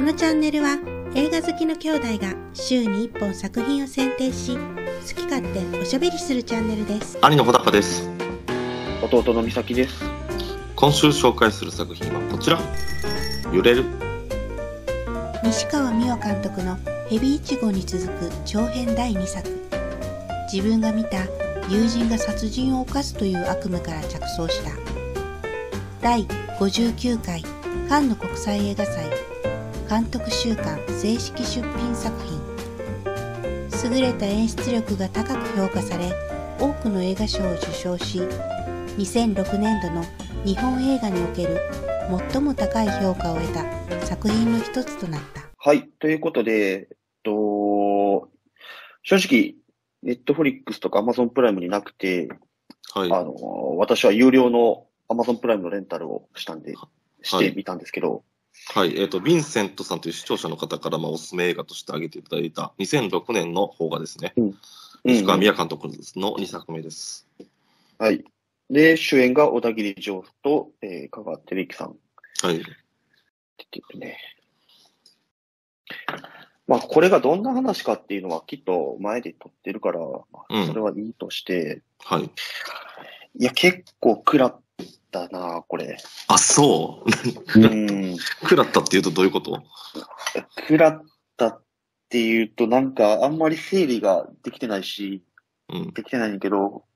このチャンネルは映画好きの兄弟が週に1本作品を選定し、好き勝手おしゃべりするチャンネルです。 兄の穂高です。 弟の美咲です。 今週紹介する作品はこちら、揺れる。 西川美和監督のヘビイチゴに続く長編第2作。自分が見た友人が殺人を犯すという悪夢から着想した第59回カンヌ国際映画祭監督週間正式出品作品。優れた演出力が高く評価され、多くの映画賞を受賞し、2006年度の日本映画における最も高い評価を得た作品の一つとなった。 はい。ということで、正直、ネットフリックスとかアマゾンプライムになくて、 はい。 私は有料のアマゾンプライムのレンタルをしてみたんですけど、 はい。ヴィンセントさんという視聴者の方からおすすめ映画として挙げていただいた2006年の邦画ですね。西川美和監督の2作目です。 はい。で、主演が小田切丈と、香川照之さん。 はい。 ね。これがどんな話かっていうのはきっと前で撮ってるから、それはいいとして、 はい。 いや、結構食らったな、これ。 あ、そう。食らったっていうとどういうこと？ 食らったっていうと、なんかあんまり整理ができてないし、できてないんだけど、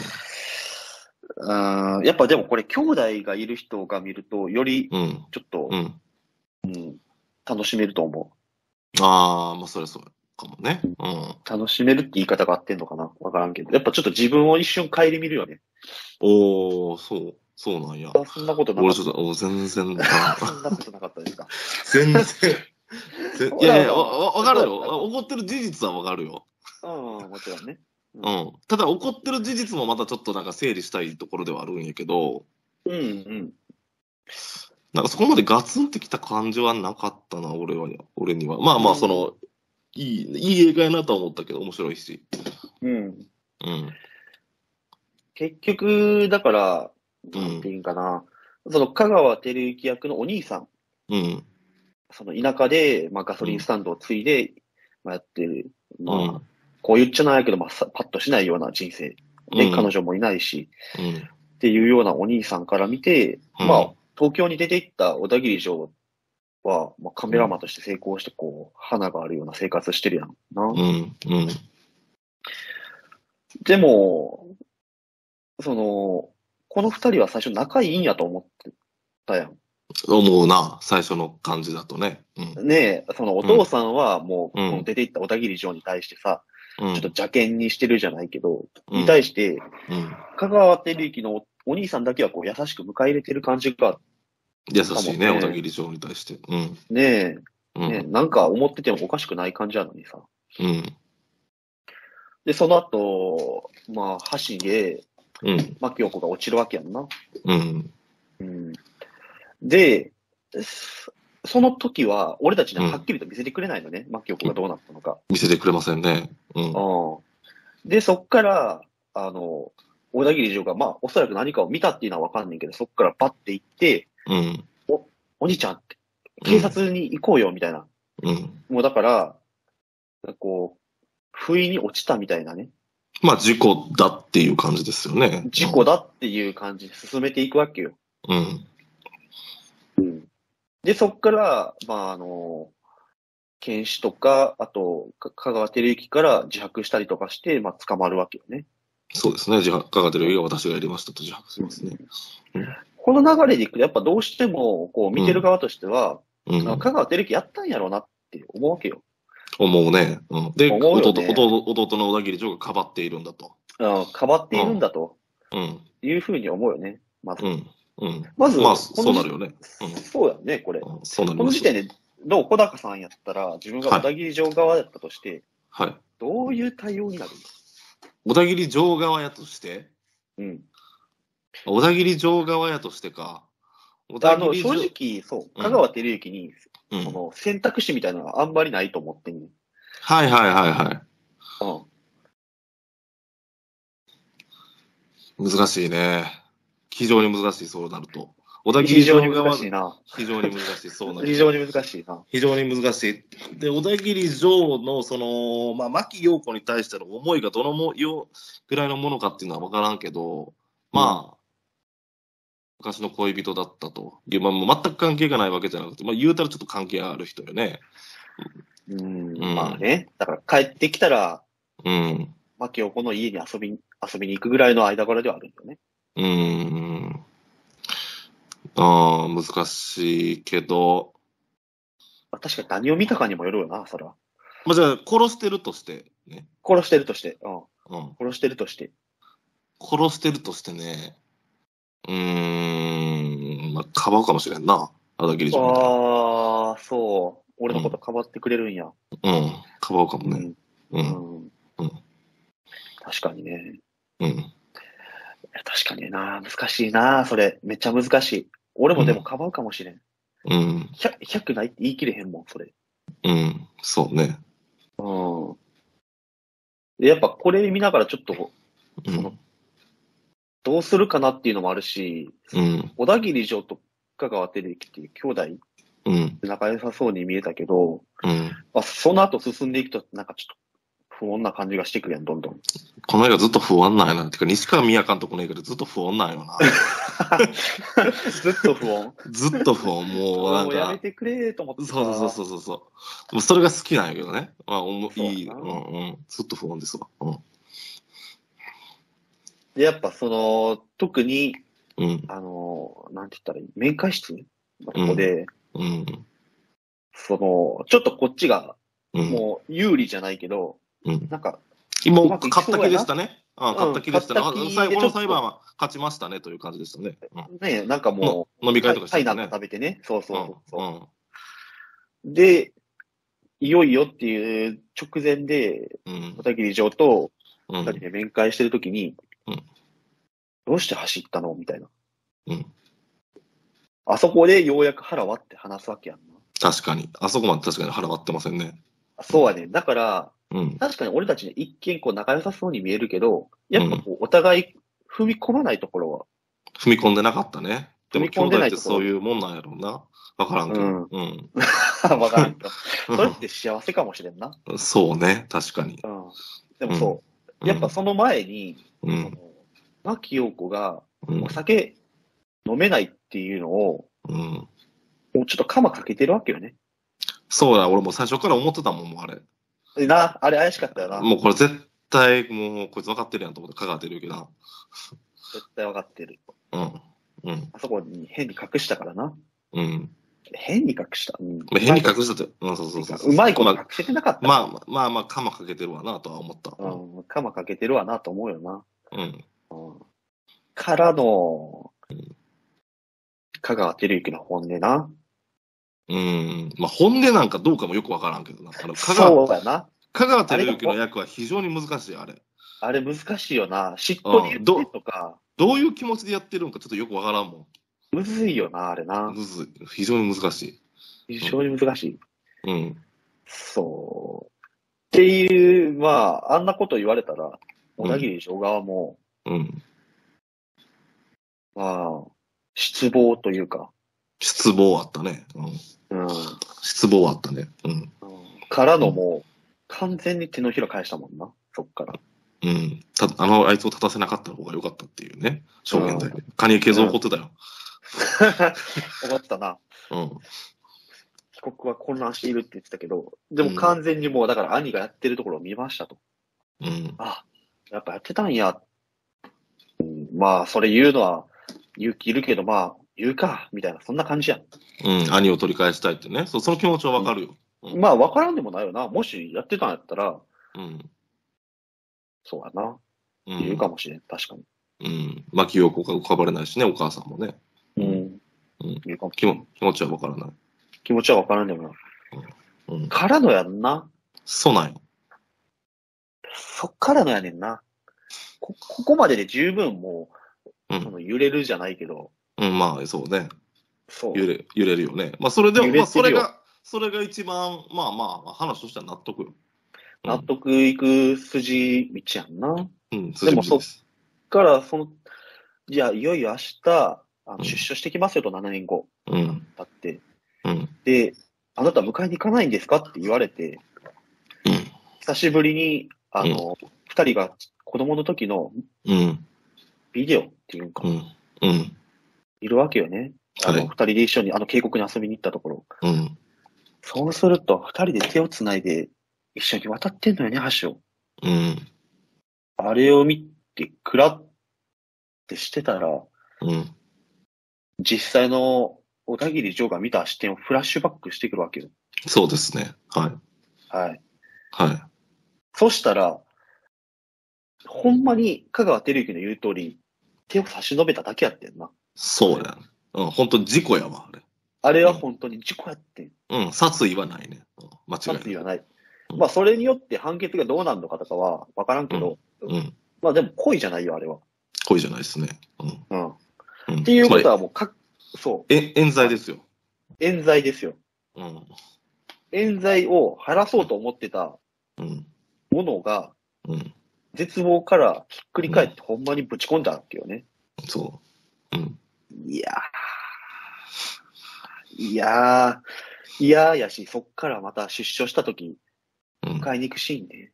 やっぱでもこれ兄弟がいる人が見ると、よりちょっと、楽しめると思う。 ああ、それそうかもね。 楽しめるって言い方が合ってんのかなわからんけど。やっぱちょっと自分を一瞬顧みるよね。 おー、そうなんや。 そんなことなかった。 俺ちょっと、全然。 そんなことなかったですか。 全然。いや、わかるよ。怒ってる事実はわかるよ。 もちろんね。 ただ怒ってる事実もまたちょっとなんか整理したいところではあるんやけど、なんかそこまでガツンってきた感じはなかったな、俺には。いい映画やなとは思ったけど、面白いし。 結局、だから、なんていうんかな、その香川照之役のお兄さん。その田舎で、ガソリンスタンドを継いで、やってる。こう言っちゃないけど、パッとしないような人生。で、彼女もいないし、っていうようなお兄さんから見て、東京に出て行った小田切城は、カメラマンとして成功して、花があるような生活してるやんな。でも、この二人は最初仲いいんやと思ってたやん。 思うな、最初の感じだとね。 ねえ、お父さんはもう、出て行った小田切城に対してさ、ちょっと邪険にしてるじゃないけど、に対して、香川照之のお兄さんだけは優しく迎え入れてる感じが、 優しいね、小田切城に対して。 ねえ、なんか思っててもおかしくない感じなのにさ。で、その後、橋で、牧陽子が落ちるわけやんな。で、その時は、俺たちにはっきりと見せてくれないのね、牧陽子がどうなったのか。 見せてくれませんね。 で、そっから、小田切城が、おそらく何かを見たっていうのはわかんないけど、そっからパッて行って、お兄ちゃんって、警察に行こうよ、みたいな。もうだから、不意に落ちたみたいなね。 事故だっていう感じですよね。 事故だっていう感じで進めていくわけよ。で、そっから、検視とか、あと、香川照之から自白したりとかして、捕まるわけよね。 そうですね。香川照之が私がやりましたと自白しますね。 この流れでいくと、やっぱどうしても、見てる側としては、香川照之やったんやろうなって思うわけよ。 思うね。で、 弟の小田切城がかばっているんだと。 かばっているんだと。いうふうに思うよね。まず。 そうなるよね。 そうやね、これ。この時点で、小高さんやったら、自分が小田切城側やったとして、どういう対応になるの？ 小田切城側やとして小田切城側やとしてか。 正直、香川照之に、選択肢みたいなのはあんまりないと思ってんねん。 難しいね。非常に難しい、そうなると。 小田切城側は非常に難しい。そうなん非常に難しいな。 非常に難しい。で、小田切城の、牧陽子に対しての思いがどのぐらいのものかっていうのは分からんけど、昔の恋人だったという、もう全く関係がないわけじゃなくて、言うたらちょっと関係ある人よね。 まあね。だから帰ってきたら、牧陽子の家に遊びに行くぐらいの間柄ではあるんだよね。 難しいけど。 確かに何を見たかにもよるよな、それは。 じゃあ、殺してるとしてね。 殺してるとして。殺してるとして。 殺してるとしてね。かばうかもしれんな。小田切城みたいな。 そう。俺のことかばってくれるんや。 かばうかもね。 確かにね。確かにな。難しいな、それ。めっちゃ難しい。俺もでもかばうかもしれん。100ないって言い切れへんもん、それ。 そうね。 やっぱこれ見ながらちょっと、どうするかなっていうのもあるし、小田切城と香川照之っていう兄弟、仲良さそうに見えたけど、その後進んでいくと、なんかちょっと不穏な感じがしてくるやん、どんどん。 この映画ずっと不穏なんやな。てか、西川美也監督の映画でずっと不穏なんよな。 ずっと不穏ずっと不穏。もうなんか。 やめてくれと思って。 そう。もうそれが好きなんやけどね。いい。ずっと不穏ですわ。 で、やっぱ特に、なんて言ったらいい、面会室のとこで、ちょっとこっちが、もう有利じゃないけど、なんか、 もう勝った気でしたね。勝った気でしたね。最後の裁判は勝ちましたねという感じでしたね。 ね、なんかもう、飲み会とかしてね。タイなんか食べてね。そう。で、いよいよっていう直前で、小田切城と二人で面会してるときに、どうして走ったのみたいな。あそこでようやく腹割って話すわけやんな。 確かに。あそこまで確かに腹割ってませんね。 そうやね。だから、確かに俺たちね、一見仲良さそうに見えるけど、やっぱお互い踏み込まないところは。 踏み込んでなかったね。でも兄弟ってそういうもんなんやろうな。わからんけど。 わからんけど。それって幸せかもしれんな。 そうね、確かに。 でもそう。やっぱその前に、牧陽子がお酒飲めないっていうのを、もうちょっとカマかけてるわけよね。 そうだ、俺も最初から思ってたもん、もうあれ。 あれ怪しかったよな。 もうこれ絶対、もうこいつ分かってるやんと思って、香川照之な。 絶対分かってる。あそこに変に隠したからな。変に隠した。 変に隠したって、そう。 うまいこと隠せてなかった。 まあ、カマかけてるわなとは思った。 カマかけてるわなと思うよな。からの、香川照之の本音な。 本音なんかどうかもよくわからんけどな。 そうやな。 香川照之の役は非常に難しい、あれ。 あれ難しいよな。嫉妬で言ってとか。 どういう気持ちでやってるんかちょっとよくわからんもん。 むずいよな、あれな。 非常に難しい。非常に難しい。そう。っていう、あんなこと言われたら、小田切城側も、失望というか。 失望あったね。失望あったね。 からのもう、完全に手のひら返したもんな、そっから。 あいつを立たせなかった方が良かったっていうね、証言で。カニケゾ怒ってたよ。 怒ったな。被告は混乱しているって言ってたけど、でも完全にもう、だから兄がやってるところを見ましたと。やっぱやってたんや。それ言うのは勇気いるけど、言うか、みたいな、そんな感じやん。 兄を取り返したいってね。その気持ちはわかるよ。 わからんでもないよな。もしやってたんやったら、そうやな。言うかもしれん、確かに。 牧陽子が浮かばれないしね、お母さんもね。気持ちはわからない。 気持ちはわからんでもな。からのやんな。 そうなんよ。 そっからのやねんな。ここまでで十分もう、揺れるじゃないけど。 そうね。揺れるよね。それでも、それが一番、話としては納得よ。 納得いく筋道やんな。 でもそっから、じゃあ、いよいよ明日、 出所してきますよと7年後。 うん。 だって。 うん。 で、あなた迎えに行かないんですかって言われて、 うん。 久しぶりに、二人が子供の時の、ビデオっていうか、いるわけよね。二人で一緒に渓谷に遊びに行ったところ。そうすると、二人で手をつないで一緒に渡ってんのよね、橋を。あれを見て、くらってしてたら、実際の小田切城が見た視点をフラッシュバックしてくるわけよ。 そうですね。はい。 はい。 はい。 そしたら、ほんまに香川照之の言う通り、手を差し伸べただけやってんな。 そうや。本当に事故やわ、あれ。 あれは本当に事故やってん。 殺意はないね。間違いない。 殺意はない。まあ、それによって判決がどうなるのかとかはわからんけど、まあでも故意じゃないよ、あれは。 故意じゃないですね。 っていうことはもうそう。 冤罪ですよ。 冤罪ですよ。冤罪を晴らそうと思ってたものが、絶望からひっくり返ってほんまにぶち込んだわけよね。 そう。 いややし、そっからまた出所したとき、迎えに行くシーンで、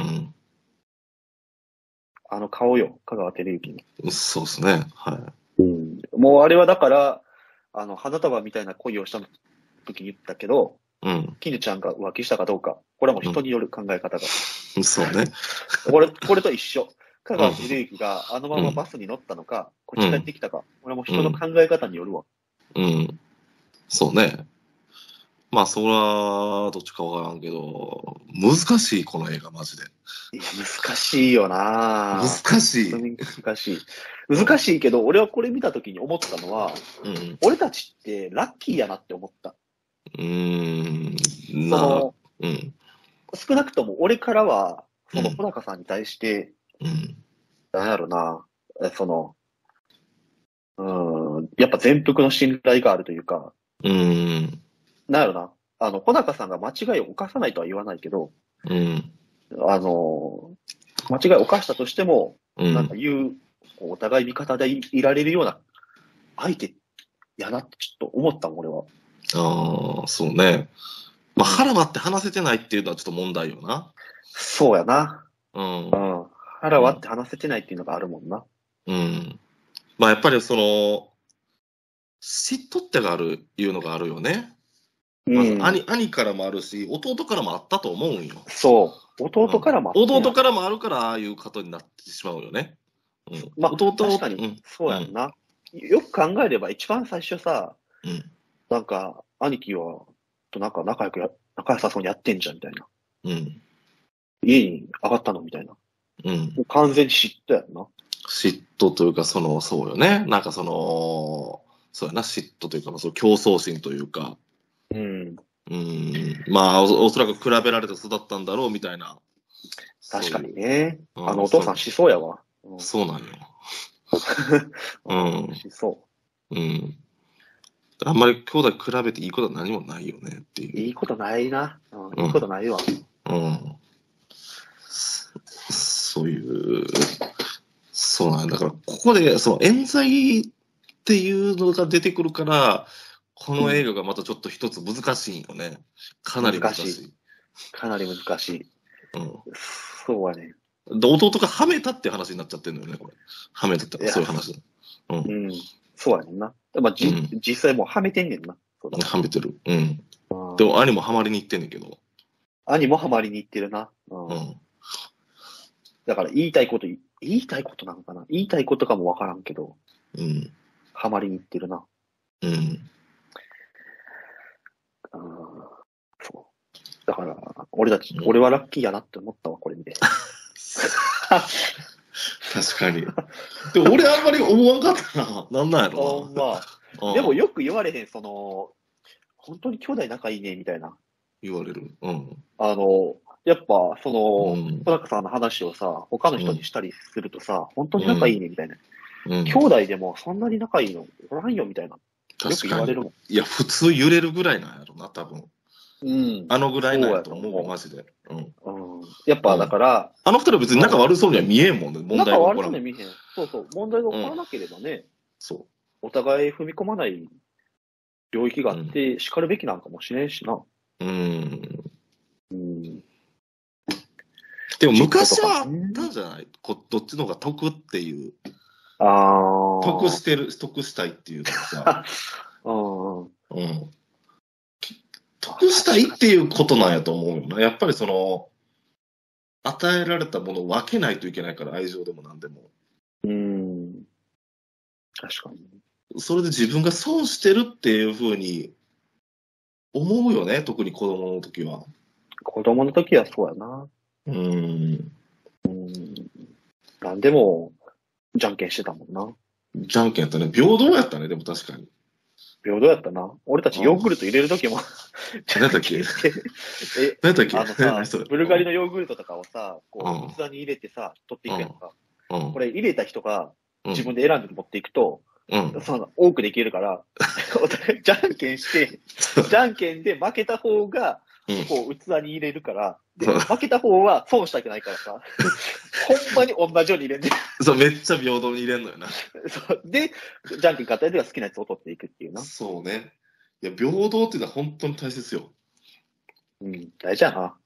あの顔よ、香川照之の。そうですね。はい。 もうあれはだから、花束みたいな恋をした時に言ったけど、絹ちゃんが浮気したかどうか、これはもう人による考え方が。 そうね。 これと一緒。香川照之があのままバスに乗ったのか、こっち帰ってきたか、これはもう人の考え方によるわ。 そうね。まあ、それは、どっちかわからんけど、難しい、この映画、マジで。 いや、難しいよな難しい。 難しいけど、俺はこれ見たときに思ったのは、俺たちってラッキーやなって思った。少なくとも俺からは、その穂高さんに対して、なんやろな、やっぱ全幅の信頼があるというか、なんやろな、穂高さんが間違いを犯さないとは言わないけど、間違いを犯したとしても、なんかお互い味方でいられるような相手やなってちょっと思ったもん、俺は。 ああ、そうね。まあ、腹割って話せてないっていうのはちょっと問題よな。 そうやな。腹割って話せてないっていうのがあるもんな。 まあ、やっぱり嫉妬っていうのがあるよね。まず兄からもあるし、弟からもあったと思うんよ。 そう。弟からもあった。 弟からもあるから、ああいうことになってしまうよね。 まあ、確かに、そうやんな。よく考えれば、一番最初さ、なんか、兄貴は、なんか仲良さそうにやってんじゃん、みたいな。家に上がったのみたいな。もう完全に嫉妬やんな。 嫉妬というか、そうよね。なんかそうやな、嫉妬というか、競争心というか。まあ、おそらく比べられて育ったんだろう、みたいな。 確かにね。お父さんしそうやわ。 そうなんよ。 しそう。 あんまり兄弟比べていいことは何もないよねっていう。 いいことないな。いいことないわ。 そういう、そうなんだから、ここで、冤罪っていうのが出てくるから、この映画がまたちょっと一つ難しいよね。かなり難しい。 かなり難しい。そうやね。 弟がはめたって話になっちゃってるんだよね、これ。はめたってそういう話だ。 そうやねんな。まあ、実際もうはめてんねんな。 はめてる。でも兄もハマりに行ってんねんけど。 兄もハマりに行ってるな。だから言いたいことなのかな。言いたいことかもわからんけど。ハマりに行ってるな。そう。だから、俺はラッキーやなって思ったわ、これ見て。 確かに。でも俺あんまり思わんかったな。なんなんやろな。でもよく言われへん、本当に兄弟仲いいね、みたいな。 言われる。 やっぱ、小高さんの話をさ、他の人にしたりするとさ、本当に仲いいね、みたいな。兄弟でもそんなに仲いいのおらんよ、みたいな。よく言われるもん。 いや、普通揺れるぐらいなんやろな、多分。あのぐらいなんやと思う、マジで。 やっぱだから、 あの二人別に仲悪そうには見えんもんね、 問題が起こらない。仲悪そうには見えへん。そうそう、問題が起こらなければね。 そう。 お互い踏み込まない領域があって叱るべきなんかもしれんしな。 でも昔はあったんじゃない？どっちの方が得っていう。得したいっていうのさ。得したいっていうことなんやと思うよな。やっぱり与えられたものを分けないといけないから、愛情でも何でも。 確かに。 それで自分が損してるっていうふうに思うよね、特に子供の時は。 子供の時はそうやな。なんでも、じゃんけんしてたもんな。 じゃんけんやったね。平等やったね、でも確かに。 平等やったな。俺たちヨーグルト入れる時も。 何だっけ何だっけブルガリのヨーグルトとかをさ、こう、器に入れてさ、取っていくやんか。これ入れた人が自分で選んで持っていくと、多くできるから、お互いじゃんけんして、じゃんけんで負けた方が、こう、器に入れるから、で、負けた方は損したくないからさ、ほんまに同じように入れんで。 そう、めっちゃ平等に入れんのよな。 そうで、じゃんけん勝ったやつが好きなやつを取っていくっていうな。 そうね。いや、平等っていうのは本当に大切よ。 大事やな。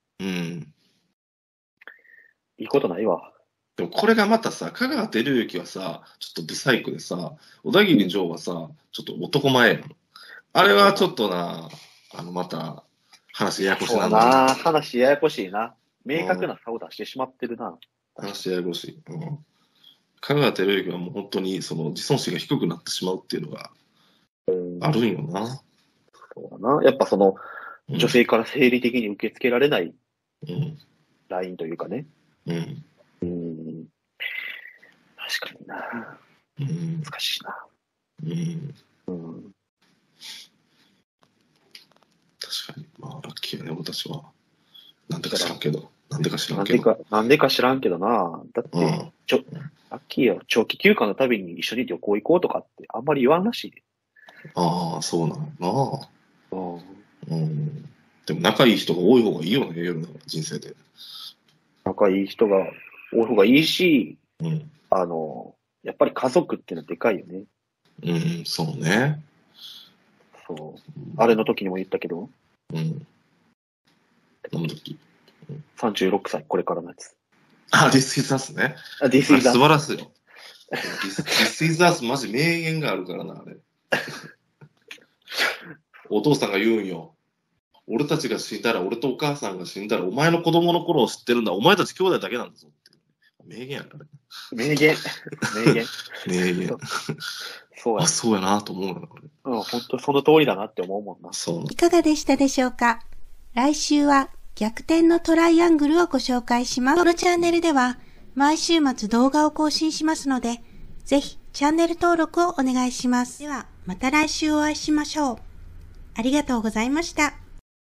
いいことないわ。 でもこれがまたさ、香川照之はさ、ちょっとブサイクでさ、小田切城はさ、ちょっと男前やん。あれはちょっとな、また、話ややこしいな。 そうな、話ややこしいな。明確な差を出してしまってるな。 話ややこしい。香川照之はもう本当に自尊心が低くなってしまうっていうのがあるんよな。 そうだな。やっぱ女性から生理的に受け付けられないラインというかね。確かにな。難しいな。 確かに。まあ、ラッキーやね、私は。なんでか知らんけど。なんでか知らんけどな。だって、ラッキーよ。長期休暇のたびに一緒に旅行行こうとかってあんまり言わんらしいで。 そうなのな。でも仲いい人が多い方がいいよね、夜の人生で。 仲いい人が多い方がいいし、やっぱり家族っていうのはでかいよね。 そうね。 そう。あれの時にも言ったけど。 何の時 ？36歳、これからのやつ。 This is Us ね。 This is Us。 素晴らしいよ。This is Us、マジ名言があるからな、あれ。お父さんが言うんよ。俺たちが死んだら、俺とお母さんが死んだら、お前の子供の頃を知ってるんだ。お前たち兄弟だけなんだぞって。名言やからね。 名言。 名言。 そうや。 そうやなと思うよ。 本当その通りだなって思うもんな。 いかがでしたでしょうか？来週は逆転のトライアングルをご紹介します。このチャンネルでは毎週末動画を更新しますので、ぜひチャンネル登録をお願いします。ではまた来週お会いしましょう。ありがとうございました。